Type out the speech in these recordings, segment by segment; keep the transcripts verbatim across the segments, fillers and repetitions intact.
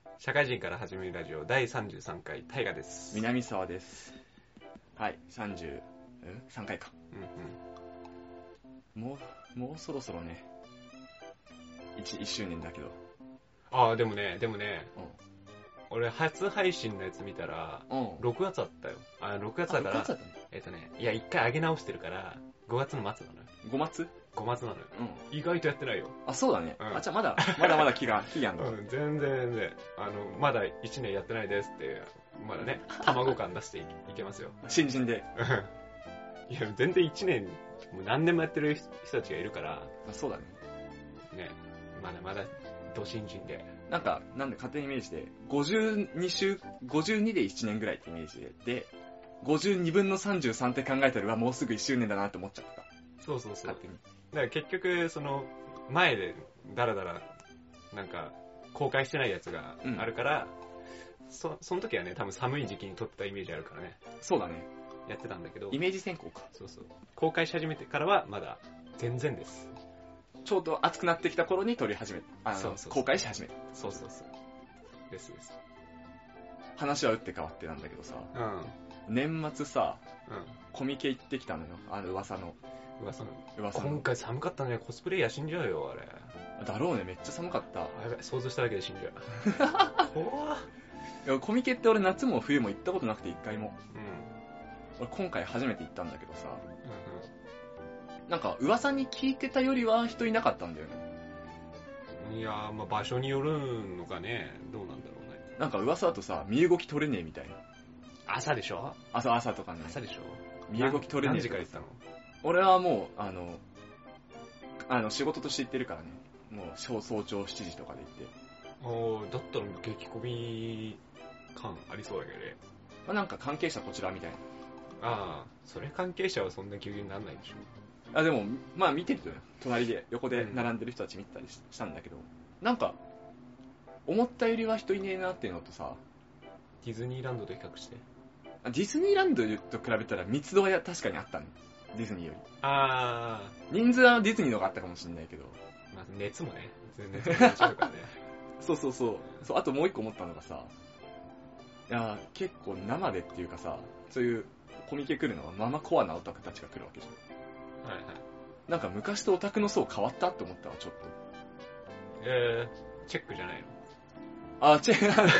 社会人から始めるラジオだいさんじゅうさんかい、大河です。 南沢です。はい、さんじゅうさんかいか。うんうん。もう、もうそろそろね、1, いっしゅうねんだけど。 ああ、でもね、でもね、 うん、 俺初配信のやつ見たら、うん、ろくがつだったよ。あ、ろくがつだから、ろくがつだったの？えっとね、いや、いっかい上げ直してるから、ごがつの末なのよ。 ごがつ ? ご 月なのよ。うん。意外とやってないよ。 あ、そうだね。 うん、 あ、じゃあまだ、まだまだ期が、期限あるの、 うん、全然全然。あの、まだいちねんやってないですって、まだね、卵感出していけますよ。 新人で。 いや、全然いちねん、もう何年もやってる人たちがいるから。 あ、そうだね。 ね、まだまだ、ど新人で。 なんか、なんで勝手にイメージで、ごじゅうに週、ごじゅうにでいちねんぐらいってイメージで、で、ごじゅうにぶんのさんじゅうさんって考えたら、もうすぐいっしゅうねんだなって思っちゃった。 そうそうそう。 勝手に。 だから結局、その、前で、だらだら、なんか、公開してないやつがあるから、うん、そ、その時はね、多分寒い時期に撮ってたイメージあるからね。 そうだね。 やってたんだけど。 イメージ先行か。 そうそう。公開し始めてからは、まだ、全然です。 ちょうど暑くなってきた頃に撮り始め、あの、そうそうそう、公開し始めた。 そうそうそう。ですです。 話は打って変わってなんだけどさ、うん、年末さ、うん、コミケ行ってきたのよ、あの噂の。 噂の。噂の。今回寒かったね、コスプレイヤー死んじゃうよ、あれ。 だろうね、めっちゃ寒かった。やばい、想像しただけで死んじゃう。怖っ。 いや、コミケって俺夏も冬も行ったことなくて一回も。うん。俺今回初めて行ったんだけどさ、うんうん、なんか噂に聞いてたよりは人いなかったんだよね。 いやー、まあ場所によるのかね、どうなんだろうね。 なんか噂だとさ、身動き取れねえみたいな。 朝でしょ？ 朝朝とかね。 朝でしょ？ 身動き取れねえ。 何時から行ったの？ 俺はもう、あの、あの仕事として行ってるからね。もう早朝しちじとかで行って。ああ、だったら激混み感ありそうだけどね。 まあ、なんか関係者こちらみたいな。 ああ、それ関係者はそんな急にならないでしょ。 あ、でも、まあ見てるとね、隣で、横で並んでる人たち見てたりしたんだけど、うん、なんか、思ったよりは人いねえなっていうのとさ、 ディズニーランドと比較して。 ディズニーランドと比べたら密度は確かにあったの。ディズニーより。 ああ。 人数はディズニーの方があったかもしれないけど。 まあ、熱もね、全然違うからね。 そうそうそう。そう、あともう一個思ったのがさ、いや結構生でっていうかさ、そういうコミケ来るのはママコアなオタクたちが来るわけじゃん。はいはい。なんか昔とオタクの層変わったって思ったわ、ちょっと。 えー、チェックじゃないの？ あ、チェック。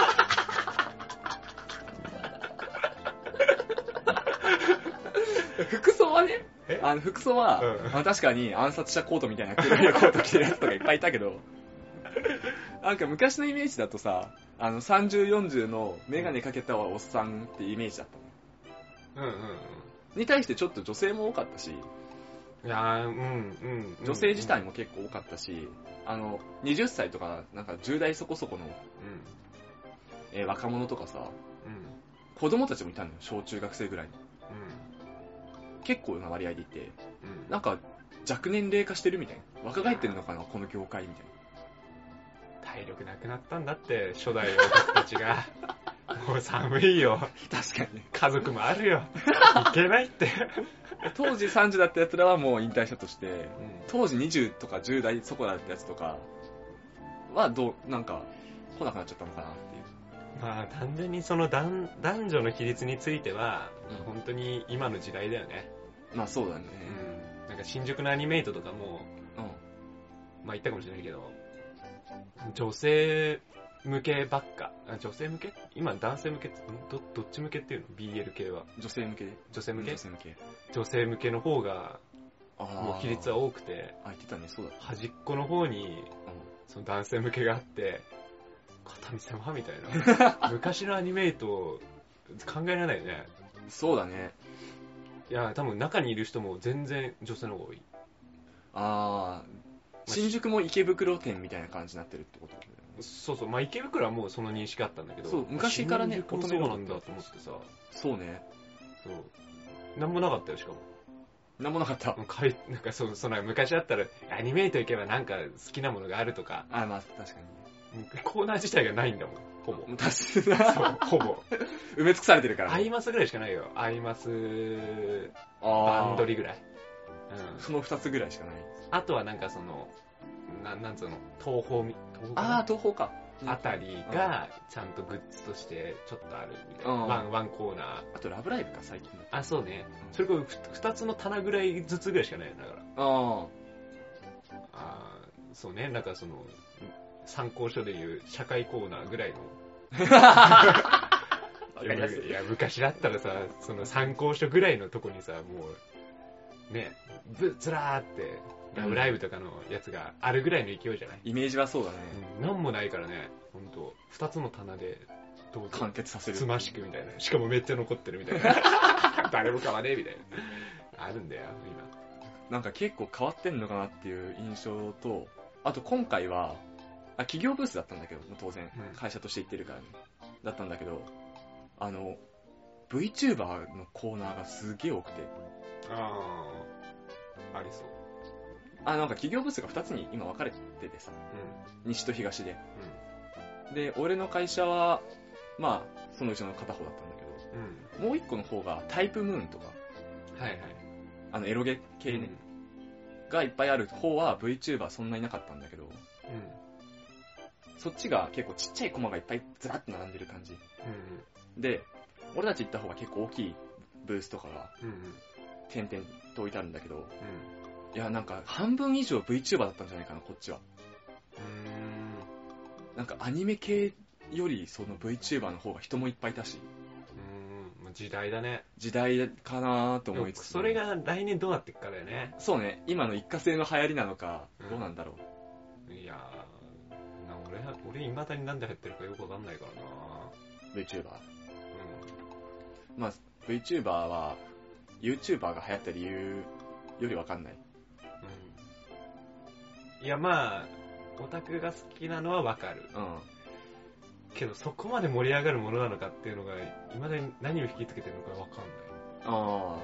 服装はね、あの服装は、うん、まあ、確かに暗殺者コートみたいな黒いコート着てるやつとかいっぱいいたけど、なんか昔のイメージだとさ、あのさんじゅう、よんじゅうのメガネかけたおっさんってイメージだったの。うんうんうん。に対してちょっと女性も多かったし、 いやー、うん、うん、 女性自体も結構多かったし、あの、はたちとか、なんかじゅう代そこそこの、うんえー、若者とかさ、うん、子供たちもいたのよ、小中学生ぐらいの。うん、結構な割合でいて、うん、なんか若年齢化してるみたいな。若返ってるのかな、この業界みたいな。体力なくなったんだって、初代オタクたちが。もう寒いよ。 確かに。 家族もあるよ。いけないって。 当時さんじゅうだったやつらはもう引退したとして、うん、当時にじゅうとかじゅう代そこだったやつとかはどう、なんか来なくなっちゃったのかなっていう。 まあ単純にその 男, 男女の比率については、うん、本当に今の時代だよね。 まあそうだね。 うん。なんか新宿のアニメイトとかも、うん、まあ言ったかもしれないけど、女性向けばっか。女性向け？今男性向けって ど, どっち向けっていうの？ ビーエル 系は。 女性向け女性向け女性向け。 女性向けの方が、もう比率は多くて、 あ、言ってたね、そうだ。 端っこの方に、うん、その男性向けがあって、肩身狭みたいな。昔のアニメイト、考えられないよね。 そうだね。 いや、多分中にいる人も全然女性の方が多い。 あー、新宿も池袋店みたいな感じになってるってことだよね。 そうそう、まあ池袋はもうその認識あったんだけど、 そう、昔からね、 乙女なんだと思ってさ。 そうね。 そう。なんもなかったよ、しかも。 なんもなかった。 なんかそう、その昔だったら、アニメイト行けばなんか好きなものがあるとか。 あ、まあ確かにね。コーナー自体がないんだもん、ほぼ。 確かに。そう、 ほぼ。 埋め尽くされてるから、 ね。アイマスぐらいしかないよ。アイマス、バンドリぐらい。 うん。その二つぐらいしかない。 あとはなんかその、ななんつうの、東宝み、 東宝ああ、東宝か。 あたりがちゃんとグッズとしてちょっとあるみたいな、うん、ワンワンコーナー。 あとラブライブか最近。 あ、そうね、うん、それこそふたつの棚ぐらいずつぐらいしかないよだから。ああ、そうね、なんかその参考書でいう社会コーナーぐらいのい, やいや昔だったらさ、その参考書ぐらいのとこにさ、もうね、ぶずらーってラブライブとかのやつがあるぐらいの勢いじゃない？ イメージはそうだね。 うん、なんもないからね、ほんと二つの棚でどうぞ完結させる。 つましくみたいな。しかもめっちゃ残ってるみたいな。誰も買わねえみたいな。あるんだよ今。 なんか結構変わってんのかなっていう印象と、あと今回はあ企業ブースだったんだけど、当然、うん、会社として行ってるからね、だったんだけど、あの VTuber のコーナーがすげえ多くて。 ああ、ありそう。 あ、なんか企業ブースがふたつに今分かれててさ、うん、西と東で、うん、で俺の会社はまあそのうちの片方だったんだけど、うん、もう一個の方がタイプムーンとか、 はいはい、 あのエロゲ系ね、うん、がいっぱいある方は VTuber そんなになかったんだけど、うん、そっちが結構ちっちゃいコマがいっぱいずらっと並んでる感じ、うん、で俺たち行った方が結構大きいブースとかが点々と置いてあるんだけど、うん、いやなんか半分以上 VTuber だったんじゃないかなこっちは。うーん、なんかアニメ系よりその VTuber の方が人もいっぱいいたし、 うーん、時代だね。 時代かなと思いつつ、 それが来年どうなっていくかだよね。 そうね、今の一過性の流行りなのかどうなんだろう、うん、いやー、俺俺未だになんで流行ってるかよくわかんないからな VTuber。 うん、まあ VTuber は YouTuber が流行った理由よりわかんない。 うん、いやまあオタクが好きなのはわかる、うん、けどそこまで盛り上がるものなのかっていうのが未だに何を引きつけてるのかわかんない。あ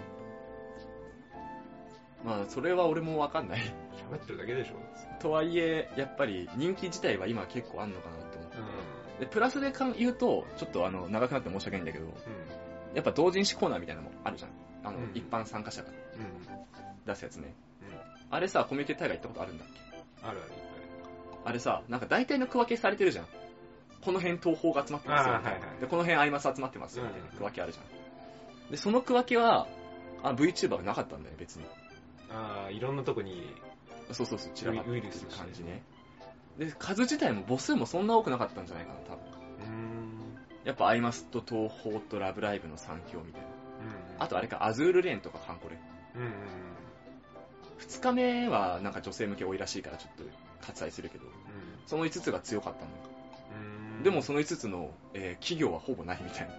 あ、まあそれは俺もわかんない。 喋ってるだけでしょ。 とはいえやっぱり人気自体は今結構あんのかなって思って、うん、でプラスで言うとちょっとあの長くなって申し訳ないんだけど、うん、やっぱ同人誌コーナーみたいなのもあるじゃん、あの、うん、一般参加者が出すやつね、うん、あれさコミュニティ大会行ったことあるんだっけ？ あるある。 あれさ、なんか大体の区分けされてるじゃん。この辺東宝が集まってますよ、はいはい、でこの辺アイマス集まってますよみたいな区分けあるじゃん。でその区分けはあ VTuber がなかったんだよ別に。 ああ、いろんなとこにそうそうそう散らばってる感じね。で数自体も母数もそんな多くなかったんじゃないかな多分。うーん、やっぱアイマスと東宝とラブライブのさん強みたいな、うん、あとあれかアズールレーンとかカンコレ、うんうん、ふつかめはなんか女性向け多いらしいからちょっと割愛するけど、うん、そのいつつが強かったんだよ。うーん、でもそのいつつの、えー、企業はほぼないみたいな。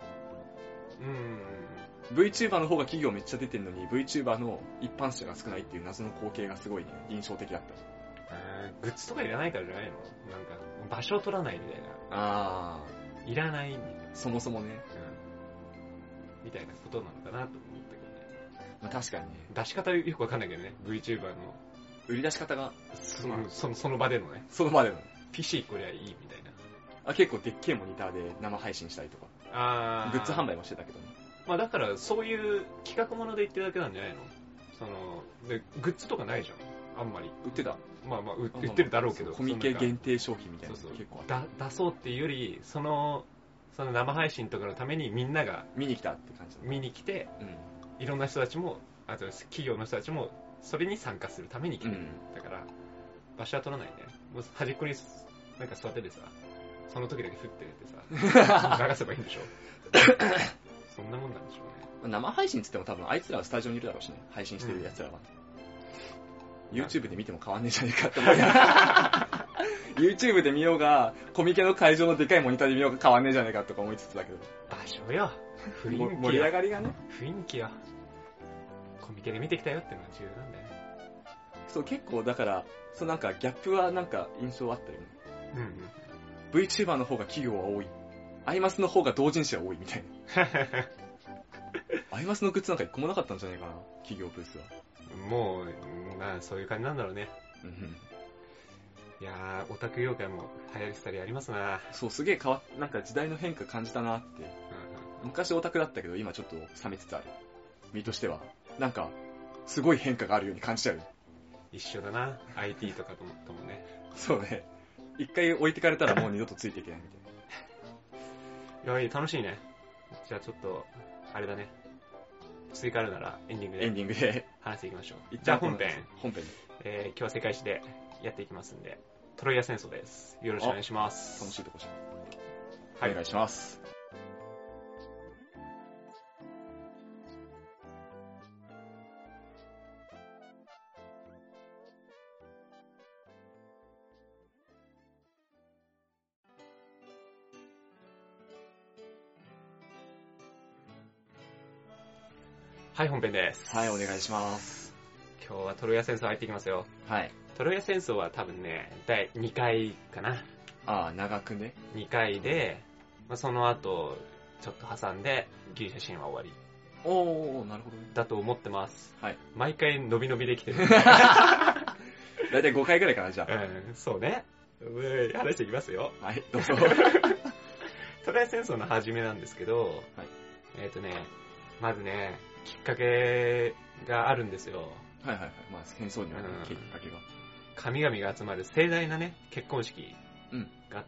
うん、VTuber の方が企業めっちゃ出てるのに VTuber の一般者が少ないっていう謎の光景がすごいね印象的だった。 えー、グッズとかいらないからじゃないの？なんか場所を取らないみたいな。ああ、いらないみたいな。 そもそもね、 うん、みたいなことなのかなと思ったけどね。 まあ確かにね。 出し方よくわかんないけどね、 VTuber の売り出し方がその、その、その場でのね。 その場での。 ピーシー こりゃいいみたいな。 あ、結構でっけえモニターで生配信したりとか。あー。グッズ販売もしてたけどね。 まあだからそういう企画もので言ってるだけなんじゃないの？その、で、グッズとかないじゃん。あんまり。 売ってた。 まあまあ、売ってるだろうけど。 コミケ限定商品みたいな。 そうそう。結構だ出そうっていうより、その、その生配信とかのためにみんなが。 見に来たって感じだ。 見に来て、うん、いろんな人たちも、あと企業の人たちも、それに参加するために来てる、うん、だから場所は取らないね。もう端っこになんか座っててさ、その時だけ振っててさ流せばいいんでしょそんなもんなんでしょうね。 生配信っつっても多分あいつらはスタジオにいるだろうしね、配信してるやつらは、うん、YouTube で見ても変わんねえじゃねえかって思いながらYouTube で見ようがコミケの会場のでかいモニターで見ようが変わんねえじゃねえかとか思いつつだけど、 場所よ、雰囲気よ、 盛り上がりがね、 雰囲気よ、コミケで見てきたよっていうのが重要なんだよね。 そう、結構だからそうなんかギャップはなんか印象あったよね。うん、うん、VTuber の方が企業は多い、アイマスの方が同人誌は多いみたいなアイマスのグッズなんか一個もなかったんじゃないかな、企業ブースは。 もうまあそういう感じなんだろうね。うん、いやー、オタク業界も流行りしたりありますな。 そう、すげえ変わっなんか時代の変化感じたなって、うんうん、昔オタクだったけど今ちょっと冷めつつある身としては、なんかすごい変化があるように感じちゃう。 一緒だな、アイティー とかともね。 そうね。 一回置いてかれたらもう二度とついていけないみたいな。 いや、楽しいね。じゃあちょっと、あれだね。追加あるならエンディングで。 エンディングで。 話していきましょう。じゃあ本編。 本編。 えー、今日は世界史でやっていきますんで、トロイア戦争です。よろしくお願いします。 楽しいとこじゃん。 はい。 お願いします。 はい、本編です。 はい、お願いします。 今日はトロイア戦争入っていきますよ。 はい。 トロイア戦争は多分ね、だいにかいかな。 ああ、長くね。 にかいで、まあ、その後、ちょっと挟んで、ギリシャ神話終わり。 おー、なるほどね。 だと思ってます。 はい。 毎回伸び伸びできてる。 だいたいごかいぐらいかな、じゃあ。 うん、そうね。話していきますよ。 はい、どうぞ。 トロイア戦争の始めなんですけど、はい、えっとね、まずね、きっかけがあるんですよ。 はいはいはい。まあ戦争には、ね、うん、きっかけが。 神々が集まる盛大なね、結婚式があって、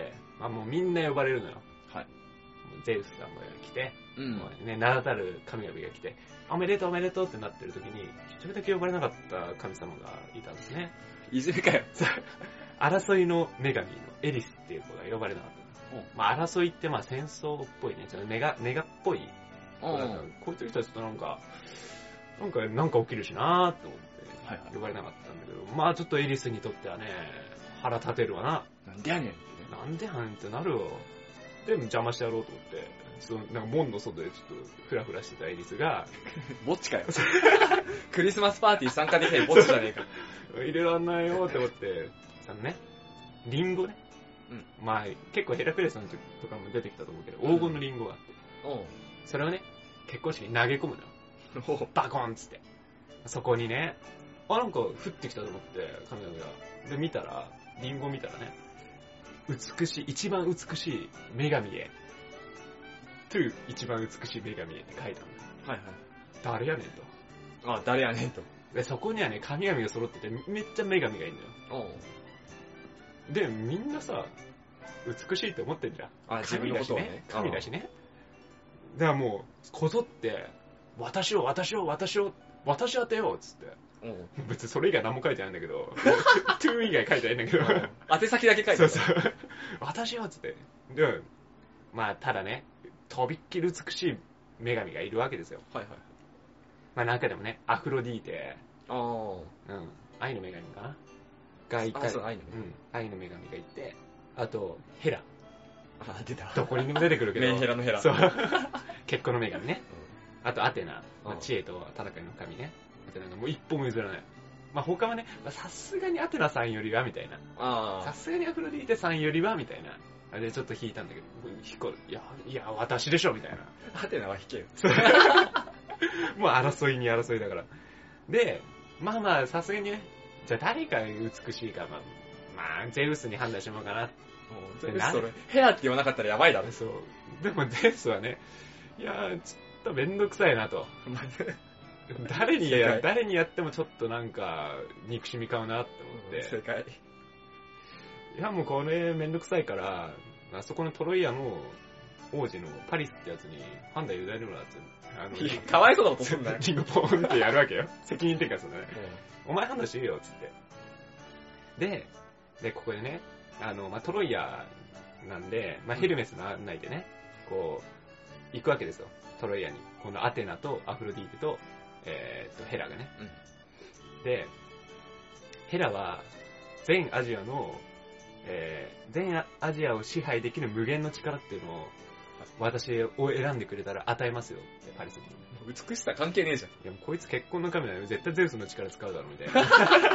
うん、まあもうみんな呼ばれるのよ。はい。ゼウスがもう来て、うん、もうね、名だたる神々が来て、おめでとうおめでとうってなってる時に、一人だけ呼ばれなかった神様がいたんですね。 いずれかよ。 争いの女神のエリスっていう子が呼ばれなかったんです。まあ争いってまあ戦争っぽいね、ちょっとネガ、ネガっぽい。こいつの人はちょっとなんか、なんか、なんか起きるしなーって思って、はいはい、呼ばれなかったんだけど、まあちょっとエリスにとってはね、腹立てるわな。 なんでやねんってね。 なんでやねんってなるよ。で、邪魔してやろうと思って、そのなんか門の外でちょっとフラフラしてたエリスが、 ぼっちかよ。クリスマスパーティー参加できないぼっちじゃねえか。 入れらんないよって思って、あのね、リンゴね。うん、まあ結構ヘラクレスの時とかも出てきたと思うけど、黄金のリンゴがあって。うんそれをね、結婚式に投げ込むのよ。バコンっつって。そこにね、あ、なんか降ってきたと思って、神々が。で、見たら、リンゴ見たらね、美しい、一番美しい女神へ。トゥ一番美しい女神へって書いたの。はいはい。誰やねんと。 あ、誰やねんと。 で、そこにはね、神々が揃ってて、めっちゃ女神がいるのよ。で、みんなさ、美しいって思ってんじゃん。 あ、自分のことをね。 神だしね。だからもう、こぞって、私を、私を、私を、私当てようっつって。うん、別にそれ以外何も書いてないんだけど、トゥー以外書いてないんだけど、 宛先だけ書いてない。 そうそう。私よっつって。で、まあ、ただね、とびっきり美しい女神がいるわけですよ。はいはい。まあ、中でもね、アフロディーテ、ああ。うん。愛の女神かながいたり、 あ、そう、愛の女神。うん。愛の女神がいて、あと、ヘラ。 あ、出た。 どこにでも出てくるけど。 メンヘラのヘラ。 そう。結婚の女神ね。うん、あと、アテナ。まあ、知恵と戦いの神ね。アテナがもう一歩も譲らない。まあ、他はね、さすがにアテナさんよりは、みたいな。さすがにアフロディーテさんよりは、みたいな。あれでちょっと引いたんだけど、引こいや、いや、私でしょ、みたいな。 アテナは引けよ。 もう争いに争いだから。で、まあまあ、さすがにね、じゃあ誰が美しいか、まあ、まあ、ゼウスに判断してもらおうかな。 ゼウスそれ、ヘラって言わなかったらやばいだろ。 そう。でもゼウスはね、いやー、ちょっとめんどくさいなと。誰にや、誰にやってもちょっとなんか、憎しみ買うなって思って。 正解。 いや、もうこれめんどくさいから、あそこのトロイアの王子のパリスってやつに判断委ねるのだって。 あの、かわいそうなことすんだよ。 リンゴポーンってやるわけよ。責任転嫁するんだね。お前判断していいよ、つって。で、で、ここでね、あの、まあ、トロイアなんで、まあ、ヘルメスの案内でね、こう、行くわけですよ。トロイアに。このアテナとアフロディーテと、えー、と、ヘラがね。うん、で、ヘラは、全アジアの、えー、全アジアを支配できる無限の力っていうのを、私を選んでくれたら与えますよってパリスに。 美しさ関係ねえじゃん。 いやもうこいつ結婚の神だよ。絶対ゼウスの力使うだろみたいな。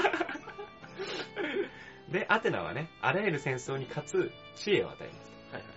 で、アテナはね、あらゆる戦争に勝つ知恵を与えます。はいはい。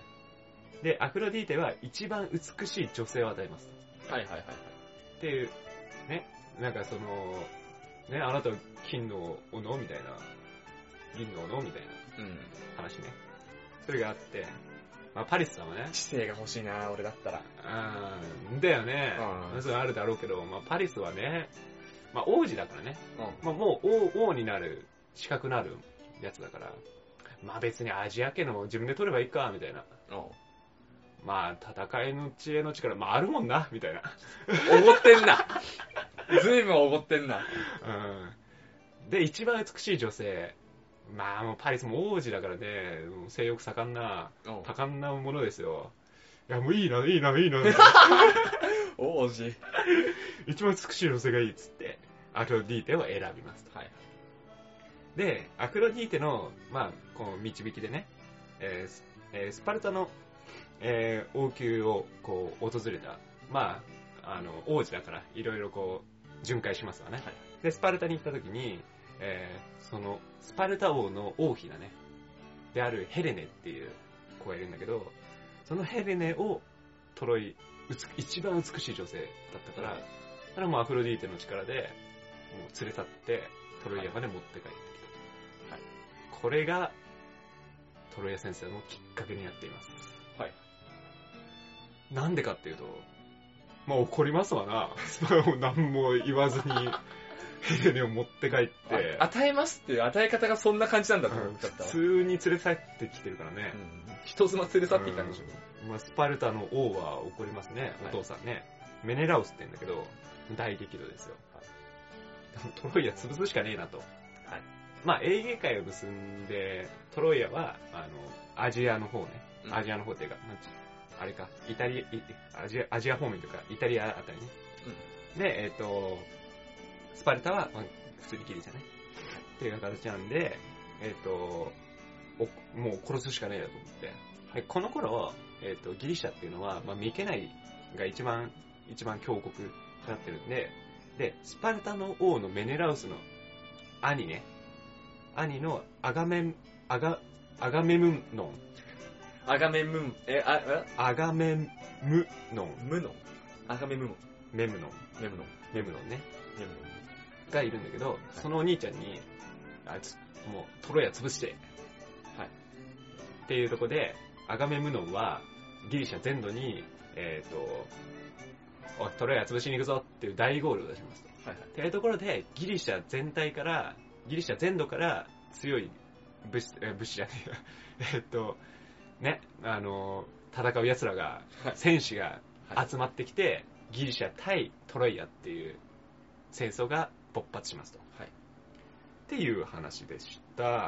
で、アフロディーテは一番美しい女性を与えます。はいはいはいはい。っていう、ね、なんかその、ね、あなたは金の斧みたいな、銀の斧みたいな話ね。うん、それがあって、まあ、パリスさんはね。 知性が欲しいな、俺だったら。 うん、だよね。うん、それはあるだろうけど、まあ、パリスはね、まあ、王子だからね。うん、まあ、もう王、王になる、資格のあるやつだから。 まあ別にアジア圏の自分で取ればいいかみたいな。まあ戦いの知恵の力、まああるもんなみたいな。 おごってんな。ずいぶんおごってんな。 うん。で一番美しい女性、まあもうパリスも王子だからね、性欲盛んな多感なものですよ。いやもういいないいないいな。 王子。 一番美しい女性がいいっつってアフロディーテを選びますと。はい。でアフロディーテのまあこう導きでね、えーえー、スパルタの、えー、王宮をこう訪れたまああの王子だからいろいろこう巡回しますわね。はい、でスパルタに行った時に、えー、そのスパルタ王の王妃だねであるヘレネっていう子がいるんだけど、そのヘレネをトロイ一番美しい女性だったから、それはもうアフロディーテの力でもう連れ去ってトロイアまで持って帰ってきた。はい、これがトロイア戦争のきっかけになっています。はい。なんでかっていうと、まあ怒りますわな。何も言わずにヘレネを持って帰って。 与えますっていう与え方がそんな感じなんだと思っちゃった。 普通に連れ去ってきてるからね。 うん、人妻連れ去ってきたんでしょ。 うん、まあ、スパルタの王は怒りますね、お父さんね。はい、メネラウスって言うんだけど、大激怒ですよ。はい、トロイア潰すしかねえなと。はい、まあ、エーゲ海を結んで、トロイアは、あの、アジアの方ね。アジアの方っていうか、あれか、イタリア、アジア、アジア方面というか、イタリアあたりね。うん、で、えっ、ー、と、スパルタは、まあ、普通にギリシャね。っていう形なんで、えっ、ー、と、もう殺すしかねえなと思って。でこの頃、えっ、ー、と、ギリシャっていうのは、まあ、ミケナイが一番、一番強国になってるんで、で、スパルタの王のメネラウスの兄ね、兄のアガメン、アガ、アガメムノン。 アガメムン、え、あ、えアガメムノン。 ムノンアガメムノン。 メムノン。 メムノン。 メムノンね。 メムノン。 がいるんだけど、はい、そのお兄ちゃんに、あいつ、もう、トロイア潰して、はい。っていうとこで、アガメムノンは、ギリシャ全土に、えっ、ー、と、おい、トロイア潰しに行くぞっていう大ゴールを出しますと。はいはい。っていうところで、ギリシャ全体から、ギリシャ全土から強い武士、え、武士じゃねえよ。えっと、ね、あの、戦う奴らが、はい、戦士が集まってきて、はい、ギリシャ対トロイアっていう戦争が勃発しますと。はい。っていう話でした。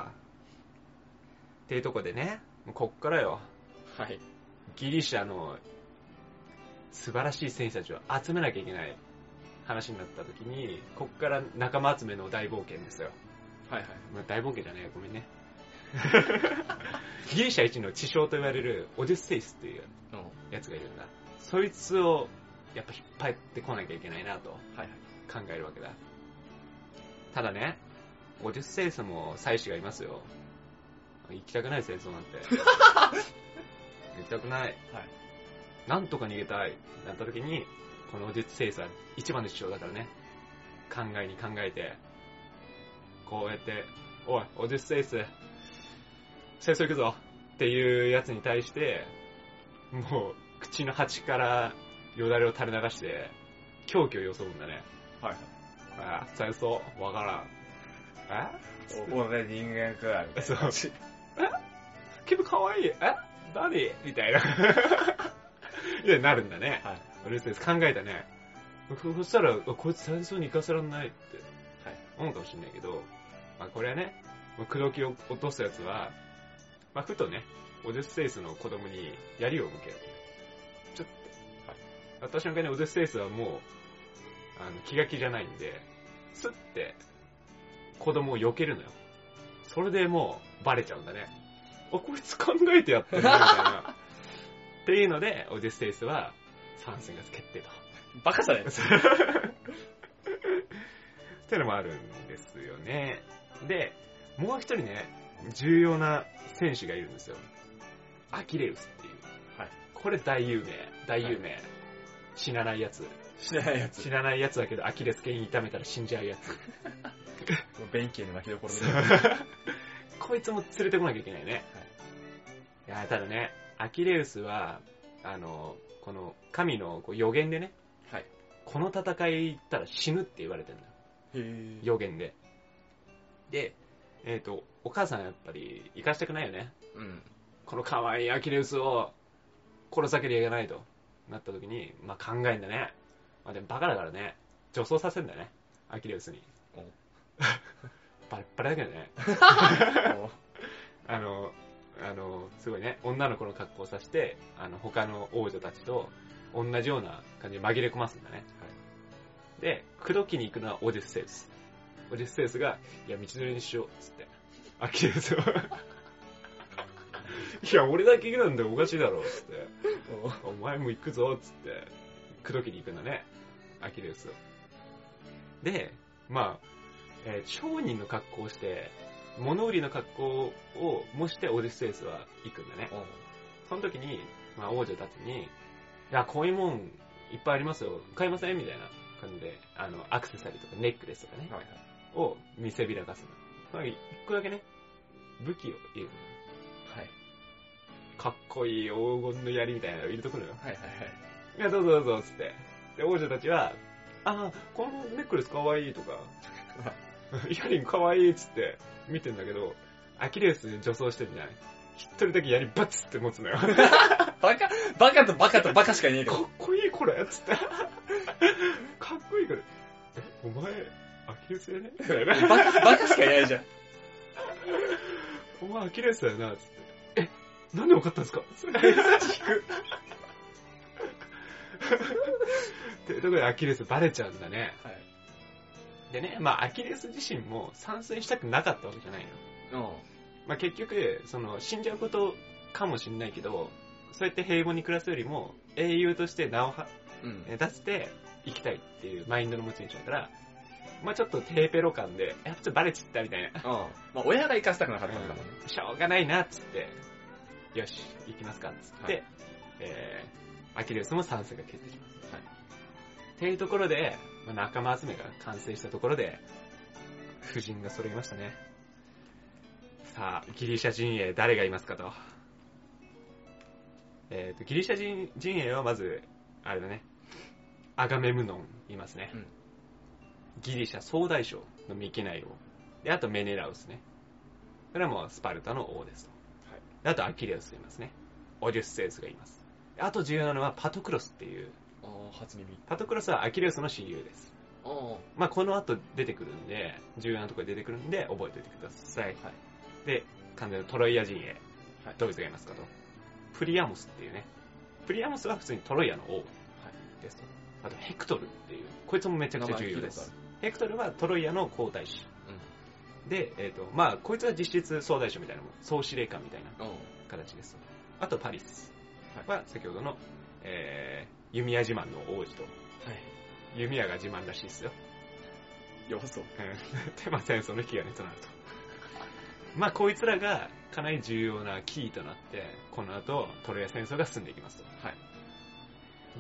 っていうとこでね、こっからよ。はい。ギリシャの素晴らしい戦士たちを集めなきゃいけない話になった時に、こっから仲間集めの大冒険ですよ。はいはい。まあ、大冒険じゃねえ、ごめんね。ギリシャ一の知将と言われるオデュッセイスっていうやつがいるんだ。そいつをやっぱ引っ張ってこなきゃいけないなと考えるわけだ。ただね、オデュッセイスも妻子がいますよ。行きたくない戦争なんて。行きたくない。はい。なんとか逃げたい。なった時に、このオデュッセイスは一番の知将だからね。考えに考えて、こうやって、おい、オデュッセイス、戦争行くぞっていうやつに対して、もう、口の端からよだれを垂れ流して、狂気を装うんだね。はい。ああ、戦争、わからん。え俺人間くらい。 そう。え君かわいい。え何みたいな。で、なるんだね。はい。オデュッセイス考えたね。そしたら、こいつ戦争に行かせらんないって、はい、思うかもしれないけど、まあこれはね、口説きを落とすやつは、まあふとね、オデュッセイスの子供に槍を向ける。ちょっと、はい。私の場合ね、オデュッセイスはもう、あの、気が気じゃないんで、スッて、子供を避けるのよ。それでもう、バレちゃうんだね。あ、こいつ考えてやってるな、みたいな。っていうので、オデュッセイスは、参戦が決定と。 バカじゃないですか。 っていうのもあるんですよね。で、もう一人ね、重要な選手がいるんですよ。アキレウスっていう。はい。これ大有名。大有名。はい、死なないやつ。 死なないやつ。 死なないやつだけど、アキレス腱痛めたら死んじゃうやつ。 弁慶の巻きどころみたいな。 こいつも連れてこなきゃいけないね。はい。いや、ただね、アキレウスは、あの、この神のこう予言でね、はい、この戦い行ったら死ぬって言われてるんだよ。へー。予言で。で、えっと、 お母さんやっぱり生かしたくないよね。 うん。 この可愛いアキレウスを殺すわけにはいかないとなった時に、まあ考えんだね。まあでもバカだからね、女装させるんだよね、アキレウスに。バレッバレだけどね。あの、あの、すごいね、女の子の格好をさせて、あの、他の王女たちと同じような感じで紛れ込ますんだね。はい、で、口説きに行くのはオデュッセウス。オデュッセウスが、いや、道のりにしよう、つって。アキレウスを。いや、俺だけなんだよ、おかしいだろ、つって。お前も行くぞ、つって。口説きに行くんだね、アキレウスを。で、まあ、えー、商人の格好をして、物売りの格好を模してオデュッセウスは行くんだね。その時に、まあ王女たちに、いや、こういうもんいっぱいありますよ、買いませんみたいな感じで、あの、アクセサリーとかネックレスとかね、はいはい、を見せびらかすの。まあ、一個だけね、武器を言うの。はい。かっこいい黄金の槍みたいなのを入れとくのよ。はいはいはい。いや、どうぞどうぞ、つって。で、王女たちは、あ、このネックレスかわいいとか、イヤリングかわいいっつって見てんだけど、アキレウス女装してるじゃん。一人だけ槍バツって持つのよ。 バカ、バカとバカとバカしかいねえから。 かっこいいこれっつって。かっこいいこれ。え、お前、アキレウスやねみたいな。 バカ、バカしかいないじゃん。 お前アキレウスだよな、つって。え、なんで分かったんですかそれ。 聞く。 っていうところでアキレウスバレちゃうんだね。はい。でね、まあアキレウス自身も参戦したくなかったわけじゃないの。うん。まあ結局、その、死んじゃうことかもしんないけど、そうやって平凡に暮らすよりも、英雄として名をは、うん、出して生きたいっていうマインドの持ち主だから、まあちょっとテーペロ感で、やっぱバレちったみたいな。 うん。まあ親が生かしたくなかったんだもんね、 うん。しょうがないな、っつって、よし、行きますか、っつって、はい、えー、アキレウスも参戦が決定します。はい。っていうところで、まあ、仲間集めが完成したところで、夫人が揃いましたね。さあ、ギリシャ陣営誰がいますかと。えっと、ギリシャ陣陣営はまず、あれだね、アガメムノンいますね。うん、ギリシャ総大将のミケナイ王。で、あとメネラウスね。これはもうスパルタの王ですと。はい、であとアキレウスがいますね。オデュッセウスがいます。あと重要なのはパトクロスっていう、 初耳。 パトクロスはアキレウスの親友です。まあこの後出てくるんで、重要なところで出てくるんで覚えておいてください。はい、で、完全にトロイア陣営、はい、どういう人がいますかと。プリアモスっていうね。プリアモスは普通にトロイアの王ですと。あとヘクトルっていう、こいつもめちゃくちゃ重要です。ヘクトルはトロイアの皇太子。うん、で、えっ、ー、と、まあこいつは実質総大将みたいなもん、総司令官みたいな形です。あとパリスは先ほどの、えー、弓矢自慢の王子と、はい、弓矢が自慢らしいですよ。 弱そう。 で、まあ戦争の引き金となると。まあこいつらがかなり重要なキーとなって、この後トロイア戦争が進んでいきますと。はい。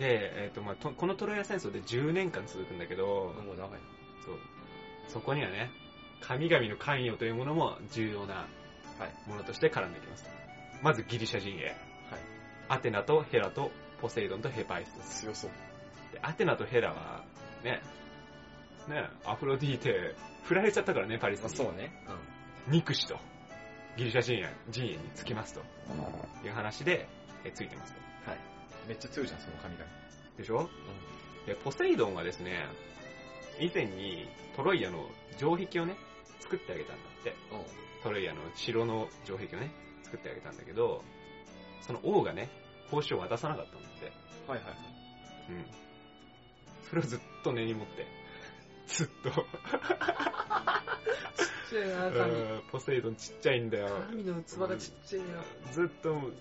で、えっ、ー、とまあとこのトロイア戦争でじゅうねんかん続くんだけど、もう長い。 そう。そこにはね、神々の関与というものも重要なものとして絡んできます。はい、まずギリシャ陣営。はい。アテナとヘラとポセイドンとヘパイストス。 強そう。 で、アテナとヘラは、ね、ね、アフロディーテ、振られちゃったからね、パリスに。 そうね。 うん。憎しと、ギリシャ陣営、陣営につきますと。いう話で、え、ついてますと。 はい。めっちゃ強いじゃん、その神々。 でしょ？うん。で、ポセイドンはですね、以前にトロイアの城壁をね、作ってあげたんだって。うん。トロイアの城の城壁をね、作ってあげたんだけど、その王がね、報酬を渡さなかったんだって。はいはいはい。うん。それをずっと根に持って、ずっと。ちっちゃいな、神。 ポセイドンちっちゃいんだよ。 神の器がちっちゃいな。 ずっと持って、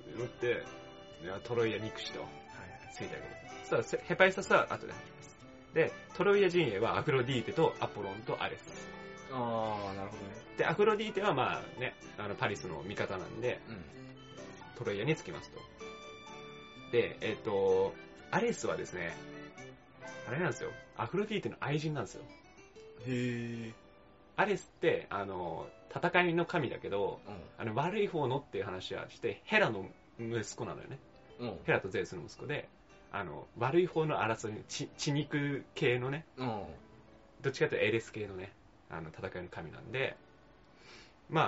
トロイア憎しと、はい、ついてあげる。そしたらヘパイサスは後で話します。で、トロイア陣営はアフロディーテとアポロンとアレス。 あー、なるほどね。 で、アフロディーテはまあね、あのパリスの味方なんで、うん、トロイアにつきますと。で、えっ、ー、と、アレスはですね、あれなんですよ、アフロディーテの愛人なんですよ。 へー。 アレスって、あの、戦いの神だけど、うん、あの悪い方のっていう話はして、ヘラの息子なのよね。うん、ヘラとゼウスの息子で、あの、悪い方の争い、血、血肉系のね、うん、どっちかというとエレス系のね、あの、戦いの神なんで、まあ、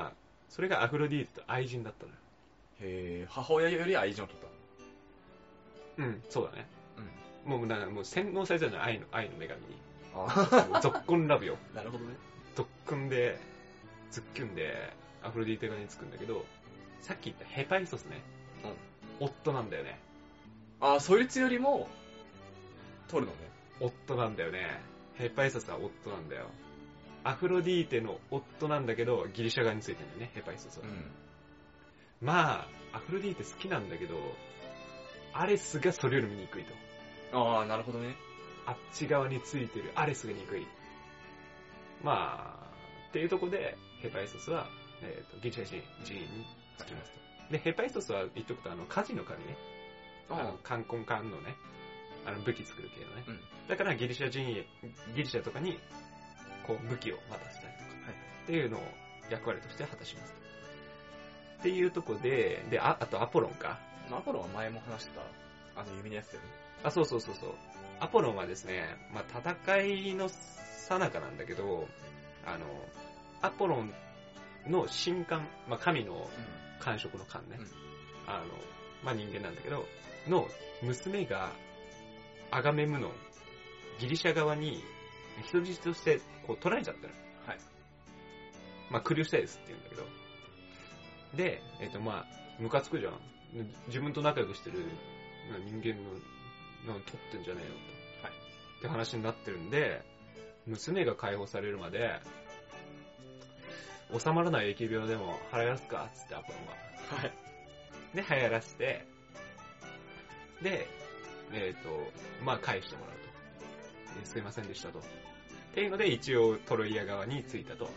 それがアフロディーテと愛人だったのよ。 へー、母親より愛人を取ったの。うん、そうだね。うん。もう、だからもう洗脳されてたの、愛の、愛の女神に。 あゾッコンラブよ。 なるほどね。 ゾッコンで、ズッキュンで、アフロディーテ側につくんだけど、さっき言ったヘパイソスね。うん。夫なんだよね。 ああ、そいつよりも、取るのね。 夫なんだよね。ヘパイソスは夫なんだよ。アフロディーテの夫なんだけど、ギリシャ側についてるんだよね、ヘパイソスは。うん。まあ、アフロディーテ好きなんだけど、アレスがそれよりも憎いと。 ああ、なるほどね。 あっち側についてるアレスが憎い。まあ、っていうところで、ヘパイソスは、えっと、ギリシャ人、寺院につきますと。で、ヘパイソスは言っとくと、あの、火事の神ね。あの、冠婚冠のね、あの、武器作る系のね。うん、だからギリシャ人へ、ギリシャとかに、こう、武器を渡したりとか、はい、っていうのを役割として果たしますと。っていうとこで、で、あ、あとアポロンか。 アポロンは前も話した、あの、弓のやつだよね。 あ、そうそうそうそう。アポロンはですね、まあ、戦いの最中なんだけど、あの、アポロンの神官、まあ、神の官職の官ね、うん、あの、まあ、人間なんだけど、の娘がアガメムノン、ギリシャ側に人質としてこう取られちゃったの。はい。まあ、クリュセウスって言うんだけど。で、えっと、まあ、ムカつくじゃん。自分と仲良くしてる人間の、なん取ってんじゃねえよと。はい。って話になってるんで、娘が解放されるまで、収まらない疫病でも流行らすかつってアポロンが。はい。で、流行らせて、で、えっと、まあ、返してもらうと。すいませんでしたと。っていうので、一応トロイア側に着いたと。はい、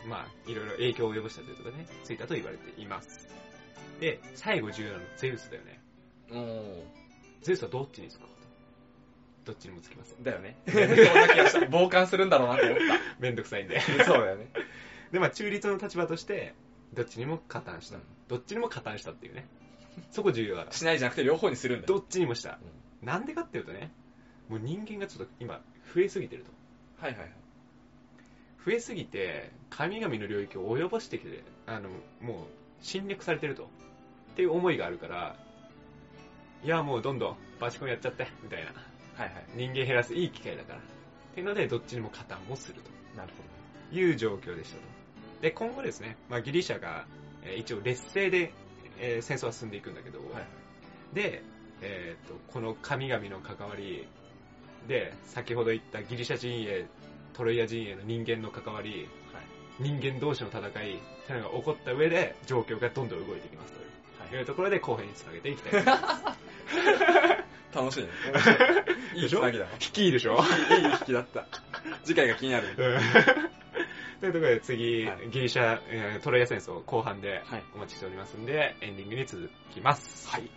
まあ、いろいろ影響を及ぼしたというとかね、着いたと言われています。で、最後重要なのゼウスだよね。おー。ゼウスはどっちにつくかと。どっちにもつきます。 だよね。そんな気がした。傍観するんだろうなと思った。 めんどくさいんで。 そうだよね。 で、まあ、中立の立場として、どっちにも加担した。うん、どっちにも加担したっていうね。そこ重要だから。 しないじゃなくて両方にするんだ。 どっちにもした。うん、なんでかっていうとね、もう人間がちょっと今、増えすぎてると。 はいはいはい。 増えすぎて、神々の領域を及ぼしてきて、あの、もう侵略されてると。っていう思いがあるから、いやもうどんどんバチコンやっちゃって、みたいな。はいはい。人間減らすいい機会だから。っていうので、どっちにも加担をすると。なるほど。いう状況でしたと。で、今後ですね、まあギリシャが、えー、一応劣勢で、えー、戦争は進んでいくんだけど、はいはい、で、えー、とこの神々の関わりで先ほど言ったギリシャ陣営トロイア陣営の人間の関わり、はい、人間同士の戦いっていうのが起こった上で状況がどんどん動いていきますという、はい、いうところで後編につなげていきたいと思います楽しいねいいつなぎだ引きいいでしょいい引きだった次回が気になるというところで次、はい、ギリシャ、えー、トロイア戦争後半でお待ちしておりますんで、はい、エンディングに続きます。はい。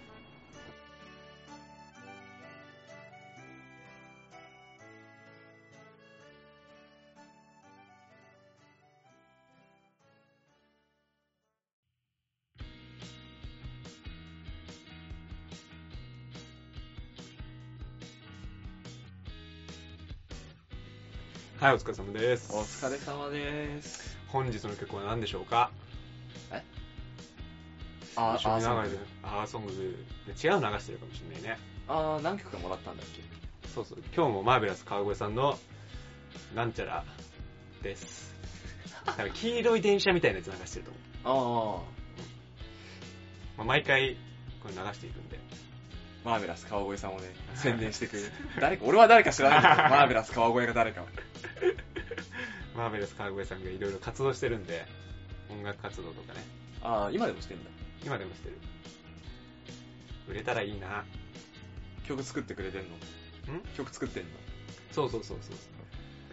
はい、お疲れ様です。 お疲れ様です。 本日の曲は何でしょうか？え？あー、一緒に流れてる。あーソングで違うの流してるかもしれないね。 あー、何曲かもらったんだっけ？ そうそう。今日もマーベラス川越さんのなんちゃらです。多分黄色い電車みたいなやつ流してると思う。あー。まあ、毎回これ流していくんで。 マーベラス川越さんをね、宣伝してくれる。誰か、俺は誰か知らないけど、マーベラス川越が誰か。 マーベラス川越さんがいろいろ活動してるんで、音楽活動とかね。 ああ、今でもしてんだ。 今でもしてる。売れたらいいな。 曲作ってくれてんの？ん？曲作ってんの？ そうそうそうそう。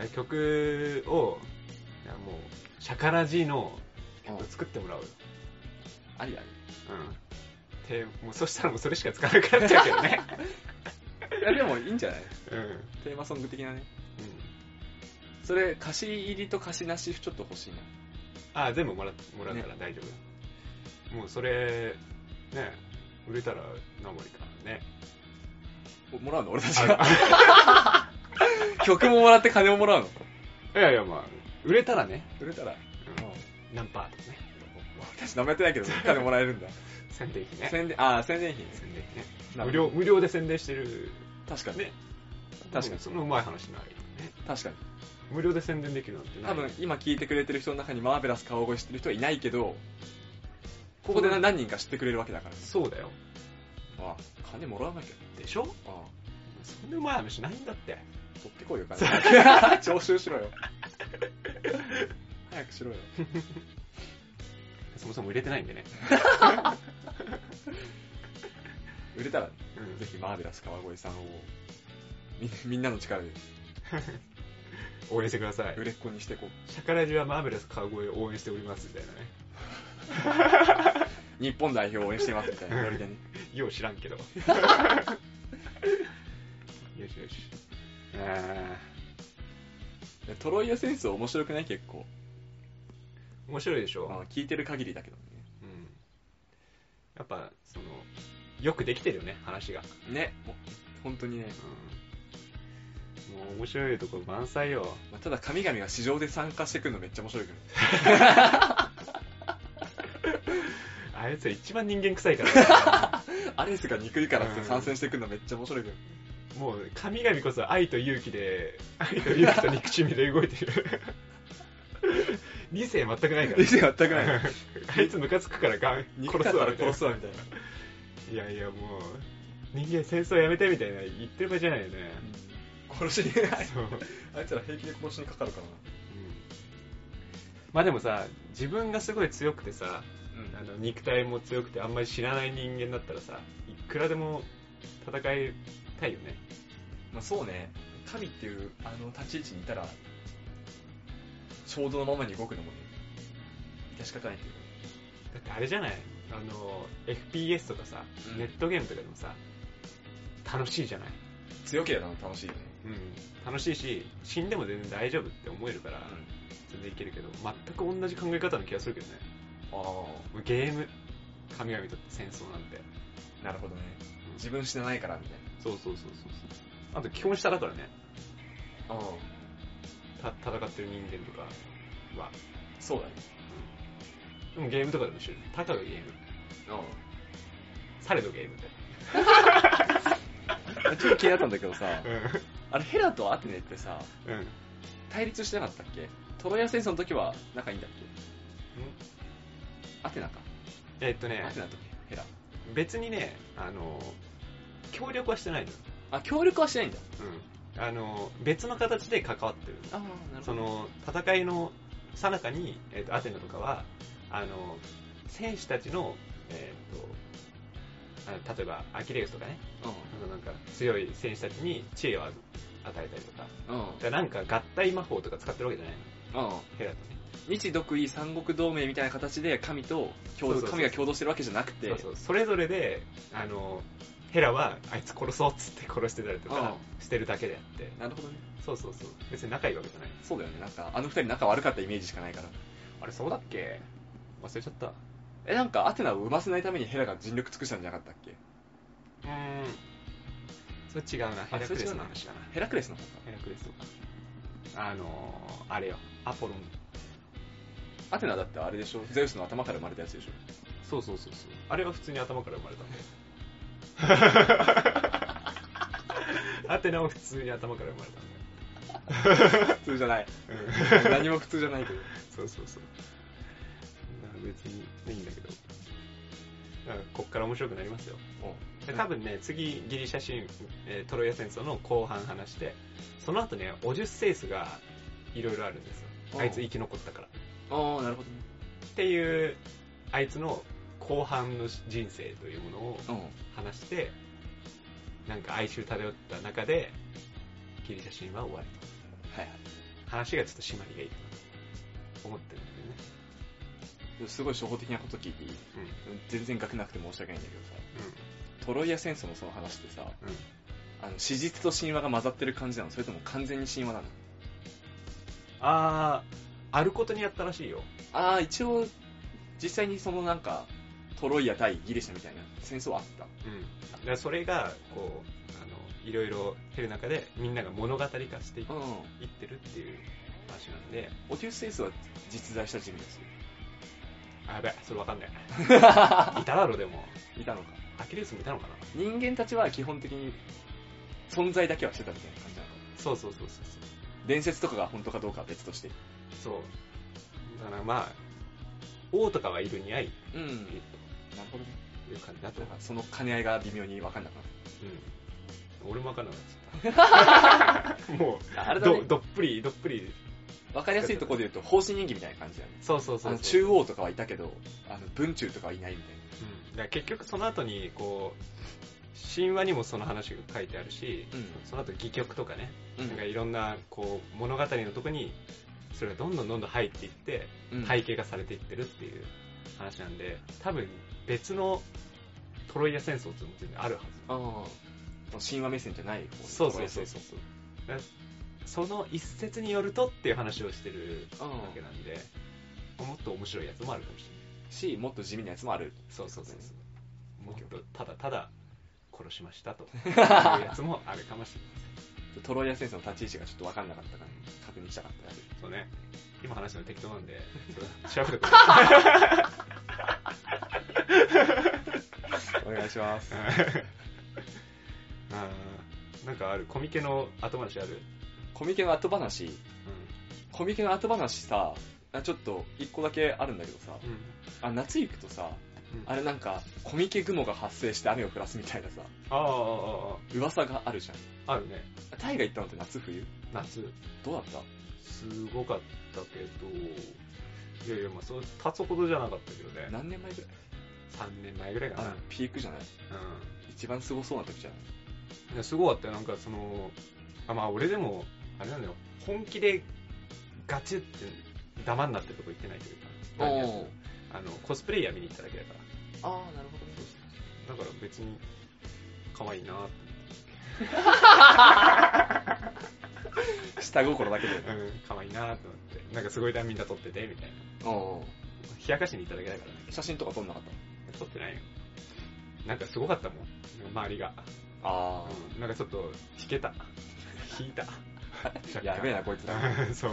曲を、いやもう、シャカラジの曲作ってもらおうよ。 ありあり。 うん。で、もうそしたらもうそれしか使わなくなっちゃうけどね。 いやでもいいんじゃない？ うん。 テーマソング的なね。うん。それ歌詞入りと歌詞なしちょっと欲しいな。あ、全部もらもらうから大丈夫、ね。もうそれね、売れたら何割かね。 もらうの俺たちが。曲ももらって金ももらうの？ いやいやまあ売れたらね。 売れたら、うん、 何パーとかね。 私何もやってないけど金もらえるんだ。 宣伝費ね。 宣伝、ああ、宣伝費ね。 宣伝費ね。無料、無料で宣伝してる。 確かに。 ね。 確かに。 そのうまい話ないよね。 確かに。 無料で宣伝できるなんてない。 多分今聞いてくれてる人の中にマーベラス川越知ってる人はいないけど、ここで何人か知ってくれるわけだから。 そうだよ。 ああ、金もらわなきゃ。 でしょ？ ああ。 そんなうまい話ないんだって。 取ってこいよ、金。徴収しろよ。早くしろよ。 そもそも売れてないんでね。 売れたら、うん、ぜひマーベラス川越さんをみ、みんなの力で応援してください。 売れっ子にしてこう。 シャカラジはマーベラス川越を応援しておりますみたいなね。 日本代表を応援してますみたいなノリでね。 よう知らんけど。よしよし。あトロイア戦争面白くない？結構面白いでしょ。 まあ、聞いてる限りだけどね。 うん。やっぱそのよくできてるよね、話が。 ね、もう本当にね。 うん、もう面白いところ満載よ。 まあ、ただ神々が市場で参加してくるのめっちゃ面白いけど。 あいつは一番人間臭いから、 ね。アレスが憎いからって参戦してくるのめっちゃ面白いけど。 もう神々こそ愛と勇気で、愛と勇気と憎しみで動いてる。理性全くないから。 理性全くない。 あいつムカつくからが殺すわ殺すわみたいな。 いやいやもう人間戦争やめてみたいな言ってる場合じゃないよね。 うん、殺しにない。あいつら平気で殺しにかかるからな。うん、 まあでもさ、自分がすごい強くてさ、うん、あの肉体も強くてあんまり知らない人間だったらさ、いくらでも戦いたいよね。 まあそうね。神っていうあの立ち位置にいたら衝動のままに動くのもね、致し方ないっていうか。 だってあれじゃない、あの エフピーエス とかさ、うん、ネットゲームとかでもさ、楽しいじゃない。 強ければ楽しいよね。 うん、楽しいし、死んでも全然大丈夫って思えるから、うん、全然いけるけど、全く同じ考え方の気がするけどね。ああ、ゲーム、神々にとって戦争なんて。 なるほどね。うん、自分死なないからみたいな。 そうそうそうそうそう。あと基本下だからね。ああ。た戦ってる人間とかは。 そうだね。 うん。でもゲームとかでも一緒。たかがゲーム。ああ。されどゲームで。 ちょっと気になったんだけどさ、うん、あれヘラとアテネってさ、うん、対立してなかったっけ？トロイア戦争の時は仲いいんだっけ？ん？アテナか。 えー、っとね、 アテナとヘラ。 別にね、あの、協力はしてないのよ。 あ、協力はしてないんだ。 うん。あの、別の形で関わってる。ああ、なるほど。その、戦いの最中に、えー、っと、アテナとかは、あの、戦士たちの、えー、っと、例えばアキレウスとかね、うん、なんか強い戦士たちに知恵を与えたりとか、うん、だなんか合体魔法とか使ってるわけじゃないの、うん、ヘラとね。 日独伊三国同盟みたいな形で神と共同、神が共同してるわけじゃなくて、 そうそう、それぞれであのヘラはあいつ殺そうっつって殺してたりとかしてるだけであって。 なるほどね。 そうそうそう、別に仲いいわけじゃない。 そうだよね。なんかあの二人仲悪かったイメージしかないから。 あれそうだっけ？忘れちゃった。 え、なんかアテナを生ませないためにヘラが尽力尽くしたんじゃなかったっけ？ うーん、それ違うな。ヘラクレスの話だな。 ヘラクレスの方か。 ヘラクレスとか、あのー、あれよ、アポロン。 アテナだってあれでしょ、ゼウスの頭から生まれたやつでしょ。 そうそうそうそう、あれは普通に頭から生まれたんでアテナは普通に頭から生まれたんだよ。 普通じゃない、うん、何も普通じゃないけど。 そうそうそう、別にいいんだけど、こっから面白くなりますよ。多分ね、次ギリシャ神、えー、トロイア戦争の後半話して、その後ね、オジュッセウスがいろいろあるんですよ。あいつ生き残ったから。 ああ、なるほどね。 っていう、あいつの後半の人生というものを話して、なんか哀愁漂った中で、ギリシャ神話は終わりと。はいはい。話がちょっと締まりがいいと思ってるんだけどね。 すごい初歩的なこと聞いていい？うん、全然学なくて申し訳ないんだけどさ、うん、トロイア戦争のその話ってさ、うん、あの史実と神話が混ざってる感じなの？それとも完全に神話なの？ あー、あることにやったらしいよ。 あー、一応実際にそのなんかトロイア対ギリシャみたいな戦争はあった。 うん。だからそれがこうあのいろいろ経る中でみんなが物語化していってるっていう話なんで、 オデュッセウスは実在した人物？ あ、やべ、それわかんねえ。いただろ、でも。 いたのか。 アキレウスもいたのかな。 人間たちは基本的に存在だけはしてたみたいな感じなのか。 そうそうそうそう。 伝説とかが本当かどうかは別として。 そう。だからまあ、王とかはいるにゃい。 うん。なるほどね。 いう感じだと。 その兼ね合いが微妙に分かんなくなる。 うん。俺も分かんなくなっちゃった。もう、 あれだね、 ど、どっぷり、どっぷり。 分かりやすいところで言うと、方針演技みたいな感じだよね。 そうそうそうそう。 あの中央とかはいたけど、あの文中とかはいないみたいな。 うん。だから結局その後に、こう、神話にもその話が書いてあるし、うん、その後戯曲とかね、うん、なんかいろんなこう物語のとこにそれがどんどんどんどん入っていって、うん、背景がされていってるっていう話なんで、多分別のトロイア戦争っていうのも全然あるはず。 ああ、神話目線じゃない方。 そうそうそうそう。その一説によるとっていう話をしてるわけなんで、もっと面白いやつもあるかもしれないし、もっと地味なやつもある。 そうそうそうそう。もっとただただ殺しましたというやつもあるかもしれません。 トロイア戦争の立ち位置がちょっと分かんなかったから確認したかったやつ。 そうね。今話したの適当なんで、調べてください。 お願いします。 あなんかあるコミケの後話ある？ コミケの後話、うん、コミケの後話さ、ちょっと一個だけあるんだけどさ、うん、あ夏行くとさ、うん、あれなんかコミケ雲が発生して雨を降らすみたいなさ、 ああああ噂があるじゃん。 あるね。 タイが行ったのって夏冬？ 夏。 どうだった？ すごかったけど、いやいやまあそう立つほどじゃなかったけどね。 何年前ぐらい？ さんねんまえぐらいかな。 ピークじゃない？うん。一番すごそうな時じゃない？ いやすごかったよ。なんかそのあまあ俺でもあれなんだよ。本気でガチってダマになってるとこ行ってないというか。あのコスプレイヤー見に行っただけだから。 ああなるほどね。 だから別に可愛いなーって下心だけで、うん、 可愛いなーと思って、なんかすごいみんな撮っててみたいな。お冷やかしに行っただけだからね。 写真とか撮んなかった？ 撮ってないよ。なんかすごかったもん周りが。ああ、うん、なんかちょっと引けた引いたやべえなこいつだそう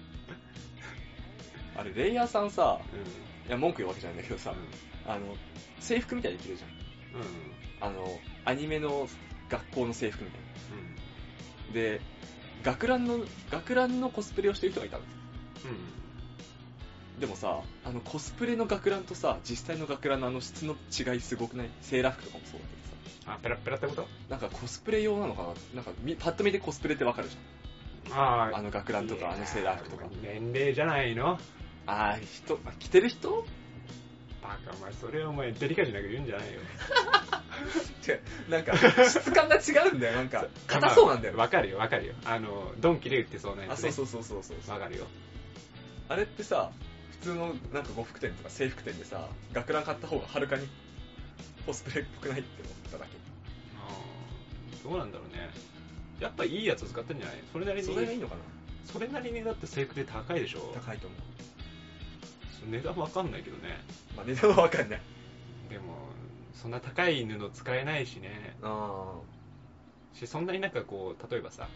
あれレイヤーさんさ、うん、いや文句言うわけじゃないんだけどさ、うん、あの制服みたいに着るじゃん。うん、あのアニメの学校の制服みたいな、うん、で学ランの学ランのコスプレをしてる人がいたんですよ、うん、でもさあのコスプレの学ランとさ実際の学ランのあの質の違いすごくない？セーラー服とかもそうだけどさ、 あペラペラってこと？ なんかコスプレ用なのかな、なんかパッと見でコスプレってわかるじゃん。ああの学ランとかあのセーラー服とか。 年齢じゃないの？ ああ人着てる人？ バカお前それをお前デリカシーなく言うんじゃないよ。 違うなんか質感が違うんだよ。なんか硬そうなんだよ。 わ、まあ、かるよわかるよ。あのドンキで売ってそうなやつ、ね、 あそうそうそうそうそうわかるよ。 あれってさ普通のなんか呉服店とか制服店でさ学ラン買った方がはるかにコスプレっぽくないって思っただけ。 あどうなんだろうね。やっぱいいやつ使ってるんじゃない？それなりに。 それがいいのかな。 それなりにだって制服で高いでしょ。 高いと思う。 値段わかんないけどね。 まあ値段はわかんない。 でもそんな高い布使えないしね。あしそんなになんかこう例えばさ、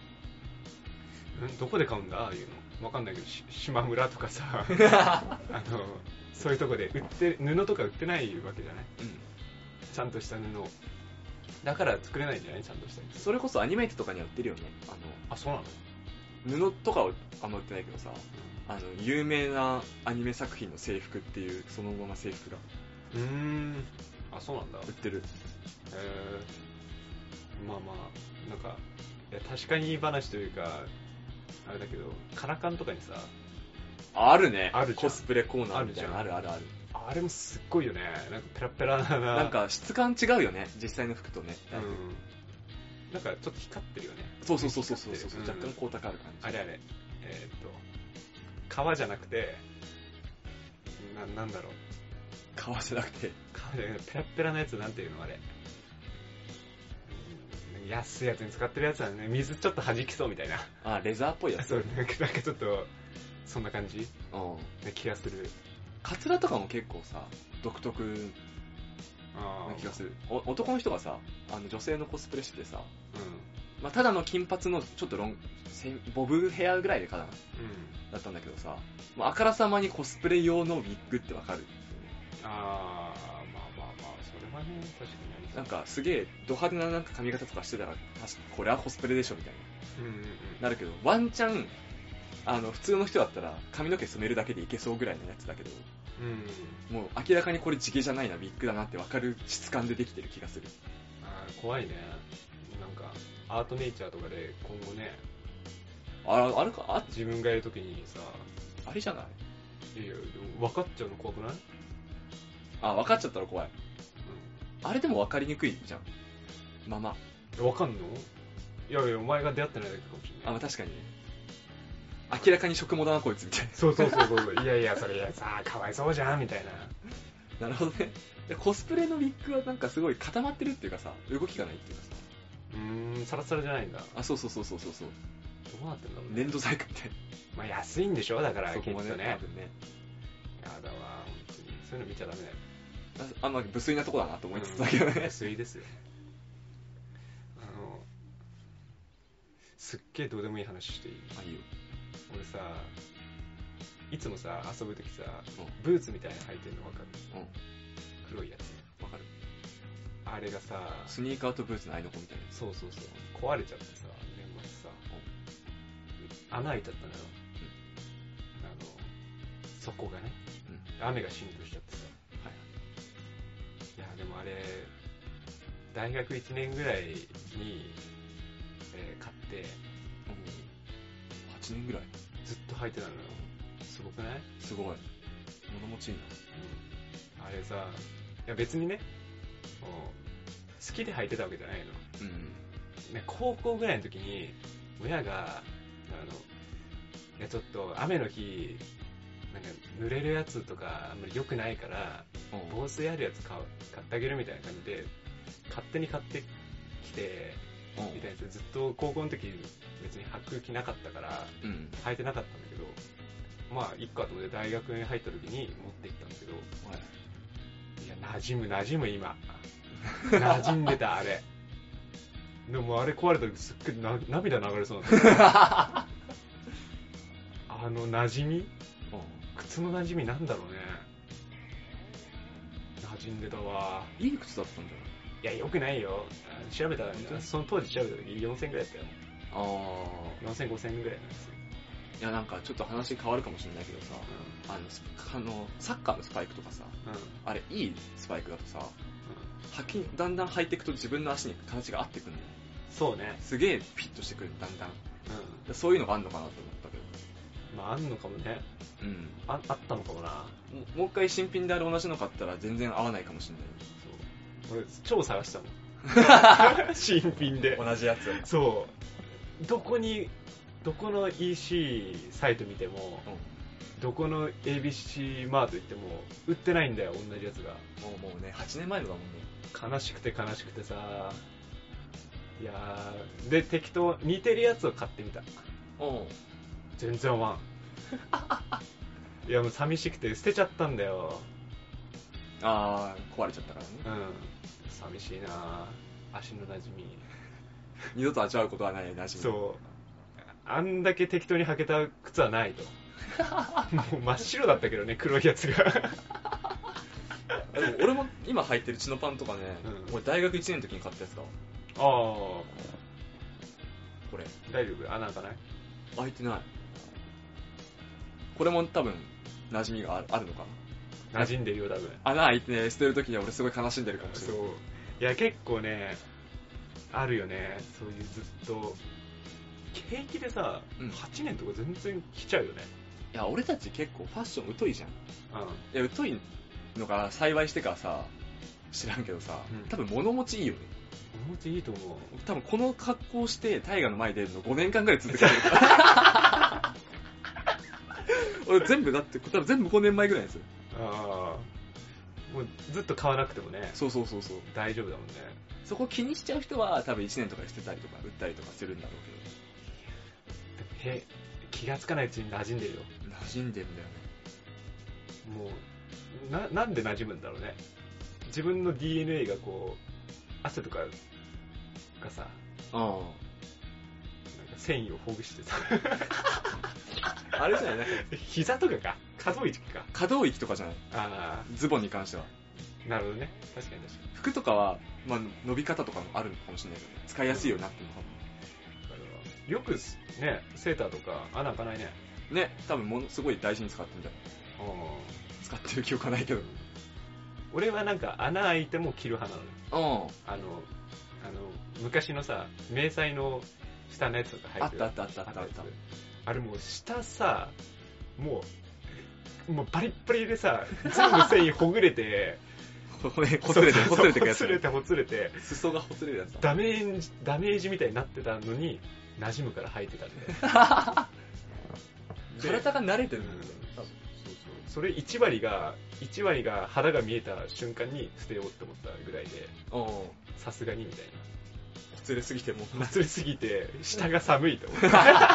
んどこで買うんだああいうのわかんないけどし島村とかさあのそういうとこで売って布とか売ってないわけじゃない、うん、ちゃんとした布だから作れないんじゃない？ちゃんとした。 それこそアニメイトとかには売ってるよね。あのあそうなの布とかはあんま売ってないけどさ、うん、あの有名なアニメ作品の制服っていうそのまま制服がうーんあそうなんだ売ってる。 えー、まあまあなんかいや確かにいい話というかあれだけどカラカンとかにさあるね。 あるコスプレコーナーみたいな。あるあるある。 あれもすっごいよね。なんかペラペラな。 なんか質感違うよね。実際の服とね。 うん。なんかちょっと光ってるよね。 そうそうそうそうそうそう、うん。若干光沢ある感じ。 あれあれ。えー、っと革じゃなくてななんだろう。 革じゃなくて。 革じゃなくてペラペラなやつなんていうのあれ。安いやつに使ってるやつはね水ちょっと弾きそうみたいな。 あレザーっぽいやつ。 そうなんかなんかちょっとそんな感じ。な気がする。 カツラとかも結構さ独特な気がする。お男の人がさあの女性のコスプレしててさ、うんまあ、ただの金髪のちょっとロンボブヘアぐらいでかな、うん、 だったんだけどさ、まあ、あからさまにコスプレ用のウィッグってわかる。 あー、まあまあまあ、それはね、確かにありそう。 なんかすげえド派手ななんか髪型とかしてたら、確かこれはコスプレでしょみたいな、 うんうんうん、 なるけど、ワンチャンあの普通の人だったら髪の毛染めるだけでいけそうぐらいのやつだけど、うん、もう明らかにこれ地毛じゃないな、ウィッグだなって分かる質感でできてる気がする。 あー、怖いね。なんかアートネイチャーとかで今後ね、 ああるか、あ自分がやるときにさ、 あれじゃない。 いやいや、でも分かっちゃうの怖くない？ あ、分かっちゃったら怖い。うん、あれでも分かりにくいじゃん。まま。 分かんの？いやいや、お前が出会ってないだけかもしれない。 あ、まあ、確かにね。明らかに食毛だなこいつみたいな。 そうそうそうそう。いやいや、それさ、かわいそうじゃんみたいな。なるほどね。コスプレのウィッグはなんかすごい固まってるっていうかさ、動きがないっていうかさ。 うーん、サラサラじゃないんだ。 あ、そうそうそうそうそう。 どうなってんだろうね。 粘土細工みたいな。 まあ安いんでしょ、だからそこもね、 きっとね。 多分ね。 やだわ、本当に。そういうの見ちゃダメだよ。 あんま無粋なとこだなと思いつつだけどね。 無粋ですよ。あの、すっげえどうでもいい話していい？ あ、いいよ。 俺さ、いつもさ、遊ぶときさ、ブーツみたいなの履いてるの分かる？うん。黒いやつ。 分かる。 あれがさ、 スニーカーとブーツの合いの子みたいな。 そうそうそう。壊れちゃってさ、年末さ、穴開いちゃったのよ。うん、あの、底がね、うん。雨が浸透しちゃってさ。はい。いや、でもあれ、大学いちねんぐらいに、えー、買って、 うん、はちねんぐらいずっと履いてたのよ。すごくない？ すごい。物持ちいいな。 うん。あれさ、いや別にね、もう好きで履いてたわけじゃないの。うん。ね、高校ぐらいの時に、親が、あの、いやちょっと雨の日、なんか濡れるやつとかあんまり良くないから、防水あるやつ買買ってあげるみたいな感じで、勝手に買ってきて、みたいなやつずっと高校の時別に履く気なかったから、うん、履いてなかったんだけど、まあいっかと思って大学に入った時に持って行ったんだけど、はい、いや馴染む馴染む今馴染んでたあれ。でもあれ壊れた時すっげえな涙流れそうなんだよあの馴染み、靴の馴染みなんだろうね。馴染んでたわ。 いい靴だったんじゃない？ いや、よくないよ。調べたら、その当時調べた時よんせんぐらいだったよ。ああ。よんせん、ごせんぐらいなんですよ。 いや、なんかちょっと話変わるかもしれないけどさ、うん、あの、あのサッカーのスパイクとかさ、うん、あれ、いいスパイクだとさ、うん、履き、だんだん履いていくと自分の足に形が合ってくるのよ。 そうね。 すげえフィットしてくる、だんだん。うん、そういうのがあんのかなと思ったけど。 まあ、あんのかもね。うん。あ、あったのかもな。 もう、もう一回新品であれ同じの買ったら全然合わないかもしれない。 俺超探したもん新品で同じやつ。 そうどこにどこの イーシー サイト見ても、うん、どこの エービーシー マート行っても売ってないんだよ、同じやつが。 もうもうねはちねんまえのだもんね。 悲しくて悲しくてさ、いやーで適当似てるやつを買ってみた。うん全然合わんいやもう寂しくて捨てちゃったんだよ。 あー壊れちゃったからね。 うん寂しいな足の馴染み二度と味わうことはない馴染み。 そうあんだけ適当に履けた靴はないともう真っ白だったけどね黒いやつがでも俺も今履いてるチノパンとかね、うん、俺大学いちねんの時に買ったやつだ。ああこれ大丈夫？穴開かない？ 開いてない。これも多分馴染みがある、あるのかな。 馴染んでるよ多分。 穴開いてね捨てる時には俺すごい悲しんでるかもしれない。そういや結構ねあるよねそういうずっと平気でさ、うん、はちねんとか全然来ちゃうよね。 いや俺たち結構ファッション疎いじゃん。うんいや疎いのが幸いしてからさ知らんけどさ、うん、多分物持ちいいよね。 物持ちいいと思う。 多分この格好して大河の前に出るのごねんかんぐらい続けてるから俺全部だって多分全部ごねんまえぐらいですよ。ああもうずっと買わなくてもね。 そうそうそうそう大丈夫だもんね。 そこ気にしちゃう人は多分いちねんとかで捨てたりとか売ったりとかするんだろうけどへ気がつかないうちに馴染んでるよ。 馴染んでるんだよね。 もう な, なんで馴染むんだろうね。自分の ディーエヌエー がこう汗とかがさあなんか繊維をほぐしてさあれじゃないなんか膝とかか可動域か可動域とかじゃないあズボンに関しては。 なるほどね。確かに確かに。 服とかは、まあ、伸び方とかもあるのかもしれないけど、ね、使いやすいようになってるのかも。 よくね、セーターとか穴開かないね。 ね、多分ものすごい大事に使ってるんじゃない。使ってる記憶はないけど。 俺はなんか穴開いても着る派なのよ。あの、あの、昔のさ、迷彩の下のやつとか入ってる。 あったあったあったあった。 あれもう下さ、もう、もうバリッバリでさ、全部繊維ほぐれて、 ほつれて、ほつれてくやつ。 ほつれてほつれて、 裾がほつれるやつだ。 ダメージ、ダメージみたいになってたのに、馴染むから履いてたんで。 体が慣れてるんだよね。 そうそう。それいち割が、いち割が肌が見えた瞬間に捨てようって思ったぐらいで、さすがにみたいな。 ほつれすぎてもう。 ほつれすぎて、下が寒いと思って。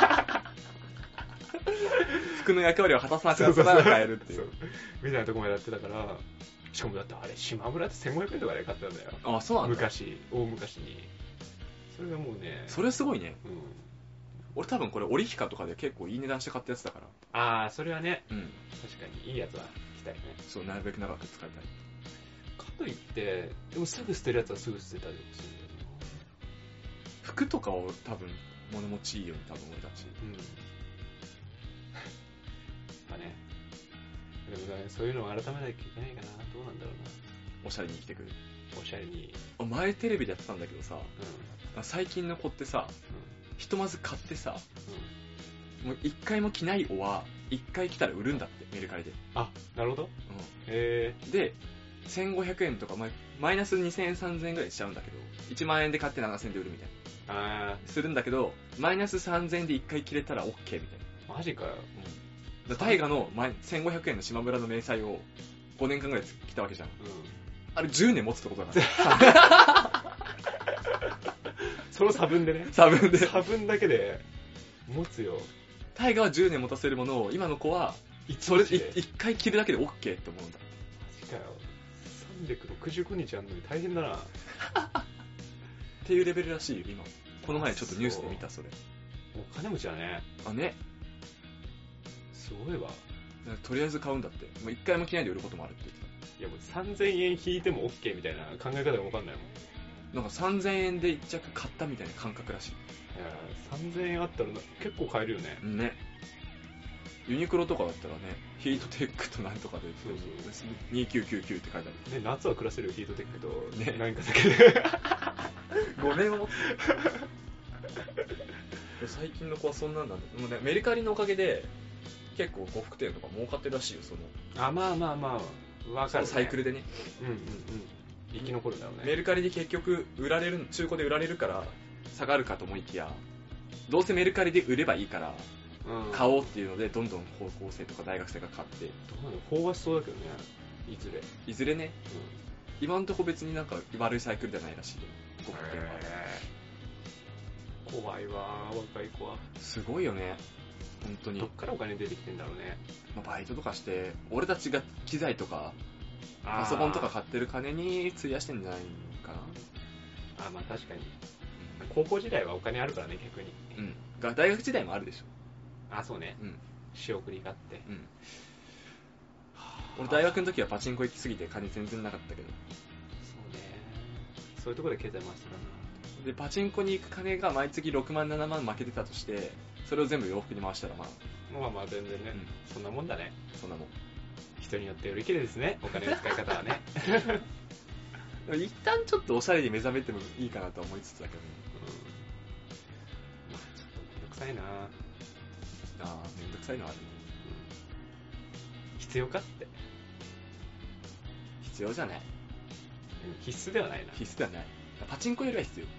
服の役割を果たさなくなったら変えるっていう。 みたいなとこまでやってたから、しかもだってあれ、島村ってせんごひゃくえんとかで買ったんだよ。 あ、そうなんだ。 昔、大昔に。それがもうね。 それすごいね。 うん。 俺多分これ、オリヒカとかで結構いい値段して買ったやつだから。 ああ、それはね。 うん。 確かに、いいやつは着たいね。 そう、なるべく長く使いたい。 かといって、でもすぐ捨てるやつはすぐ捨てたりするんだよな。 服とかを多分、物持ちいいように多分俺たち。 うん。まあね。でもね、そういうのを改めなきゃいけないかな。どうなんだろうな。 おしゃれに生きてくる。 おしゃれに。 前テレビでやってたんだけどさ、 うん、 最近の子ってさ、うん、ひとまず買ってさ、うん、もう一回も着ないおは、一回着たら売るんだって、メルカリで。 あ、なるほど。うん、 へー。で、せんごひゃくえんとか、マイナスにせんえん、さんぜんえんぐらいしちゃうんだけど、いちまんえんで買ってななせんえんで売るみたいな。あするんだけど、マイナスさんぜんえんで一回着れたら OK みたいな。マジかよ。 うん。タイガのせんごひゃくえんの島村の迷彩をごねんかんぐらい着たわけじゃん。うん、あれじゅうねん持つってことだから。 その差分でね。 差分で。 差分だけで持つよ。 タイガはじゅうねん持たせるものを、今の子は、それ一回着るだけで OK って思うんだ。 マジかよ。さんびゃくろくじゅうごにちあんのに大変だな。 っていうレベルらしいよ、今。この前ちょっとニュースで見た、それ。 お金持ちだね。 あ、ね。 すごいわ。 とりあえず買うんだって。もう一回も着ないで売ることもあるって言ってた。 いやもうさんぜんえん引いても OK みたいな考え方がわかんないもん。 なんかさんぜんえんで一着買ったみたいな感覚らしい。いやさんぜんえんあったら結構買えるよね。 ね。ユニクロとかだったらね、ヒートテックとなんとかで、 そうそうにせんきゅうひゃくきゅうじゅうきゅうって書いてある。 ね、夏は暮らせるよ、ヒートテックと、 ね、 何かだけで。 ごねんを持って最近の子はそんなんだね。もうね、メルカリのおかげで、結構呉服店とか儲かってるらしいよ、その。 あ、まあまあまあ、わかる、ね。 そのサイクルでね。 うんうんうん。生き残るんだろうね。 メルカリで結局、売られる、中古で売られるから、下がるかと思いきや、どうせメルカリで売ればいいから、うん、買おうっていうので、どんどん高校生とか大学生が買って。どうなの？飽和しそうだけどね、いずれ。 いずれね、うん、今んとこ別になんか悪いサイクルじゃないらしいよ、呉服店は。 怖いわ、若い子は。 すごいよね。本当に。 どっからお金出てきてんだろうね。 まあ、バイトとかして、俺たちが機材とか、パソコンとか買ってる金に費やしてんじゃないのかな。 あ、まあ確かに。高校時代はお金あるからね、逆に。 うん。が大学時代もあるでしょ。 あ、そうね。うん。仕送りがあって。うん。 俺大学の時はパチンコ行きすぎて金全然なかったけど。 そうね。そういうところで経済回してたな。 で、パチンコに行く金が毎月ろくまんななまん負けてたとして、それを全部洋服に回したらまあ。 まあまあ全然ね、うん、そんなもんだね。 そんなもん。 人によってよりきれですね、お金の使い方はね。 一旦ちょっとおしゃれに目覚めてもいいかなと思いつつだけどね。 うん。まあちょっとめんどくさいな。 ああ、めんどくさいのあるね。 うん。必要かって。 必要じゃない。 必須ではないな。 必須ではない。パチンコよりは必要。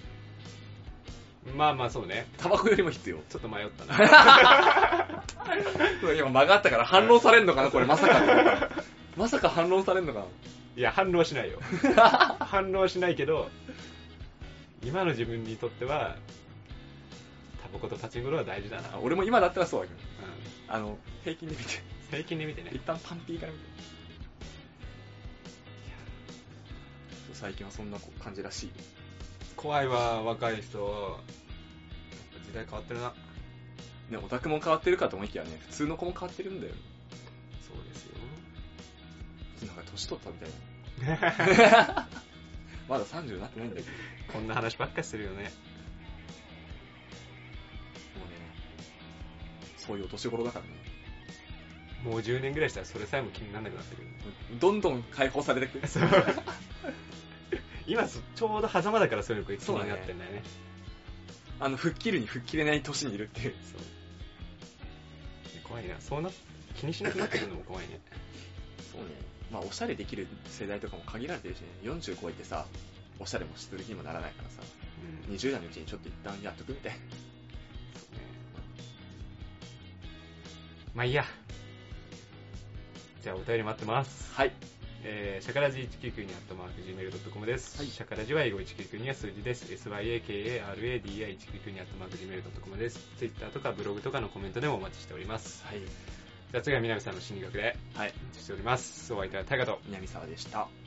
まあまあそうね。 タバコよりも必要。 ちょっと迷ったな。 今間があったから反論されんのかなこれまさか。まさか反論されんのかな。 いや、反論はしないよ。反論はしないけど、今の自分にとっては、タバコとパチンコの方が大事だな。 俺も今だったらそうだけど。うん。あの、平均で見て。 平均で見てね。 一旦パンピーから見て。最近はそんな感じらしい。 怖いわ、若い人。時代変わってるな。 ね、オタクも変わってるかと思いきやね、普通の子も変わってるんだよ。 そうですよ。 なんか年取ったみたいな。まださんじゅうになってないんだけど。 こんな話ばっかするよね。もうね、 そういうお年頃だからね。 もうじゅうねんぐらいしたらそれさえも気にならなくなってくる。 どんどん解放されてくる。 今ちょうど狭間だからそういうのが気になってんだよね。 あの、吹っ切るに吹っ切れない年にいるっていう。そう。 怖いな。そうな、気にしなくなってくるのも怖いね。 そうね。まあ、おしゃれできる世代とかも限られてるしね。よんじゅう超えてさ、おしゃれもする気にもならないからさ、うん、にじゅう代のうちにちょっと一旦やっとくみたいな。そうね。 まあいいや。じゃあお便り待ってます。 はい。 えー、シャカラジいちきゅうきゅうに アットマークジーメールドットコム です。はい、シャカラジは英語いちきゅうきゅうには数字です。エスワイエーケーエーアールエーディーアイいちきゅうきゅうに アットマークジーメールドットコム です。Twitter とかブログとかのコメントでもお待ちしております。はい。じゃあ次は南さんの心理学で、はい。お待ちしております。お相手はタイガと南沢でした。